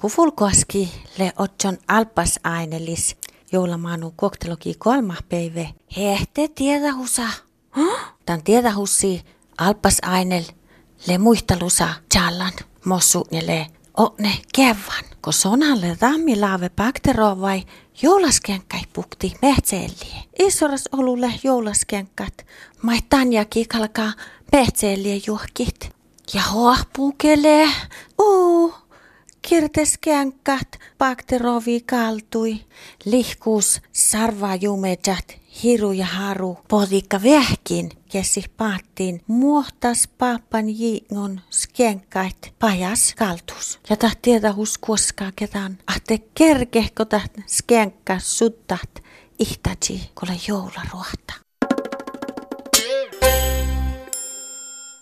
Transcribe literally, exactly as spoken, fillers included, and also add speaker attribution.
Speaker 1: Kufulkoski le otson alpasainelis joulamaanu kokteloki kolma päivä. Hehte tiedahusa. Tän tiedahussi alpasainel le muistelusa challan mossu ja le onne kevan. Ko sonalle rammilaave baktero vai joulaskenkai pukti mehtseellie. Isoras olulle joulaskenkat. Mai tanjaki kalkaa mehtseellie juhkit. Ja hoahpuukelee. Uu. Kirteskenkat bakterovi kaltui. Lihkuus sarvaa jumejat hiru ja haru. Podikka vähkin kessi paattiin. Muohtas paappan jiingon skenkait pajas kaltus. Ja tah tietä hus koskaa ketään. Ahte kerkehko taht skenkka suttat ihtaji kole joularuot.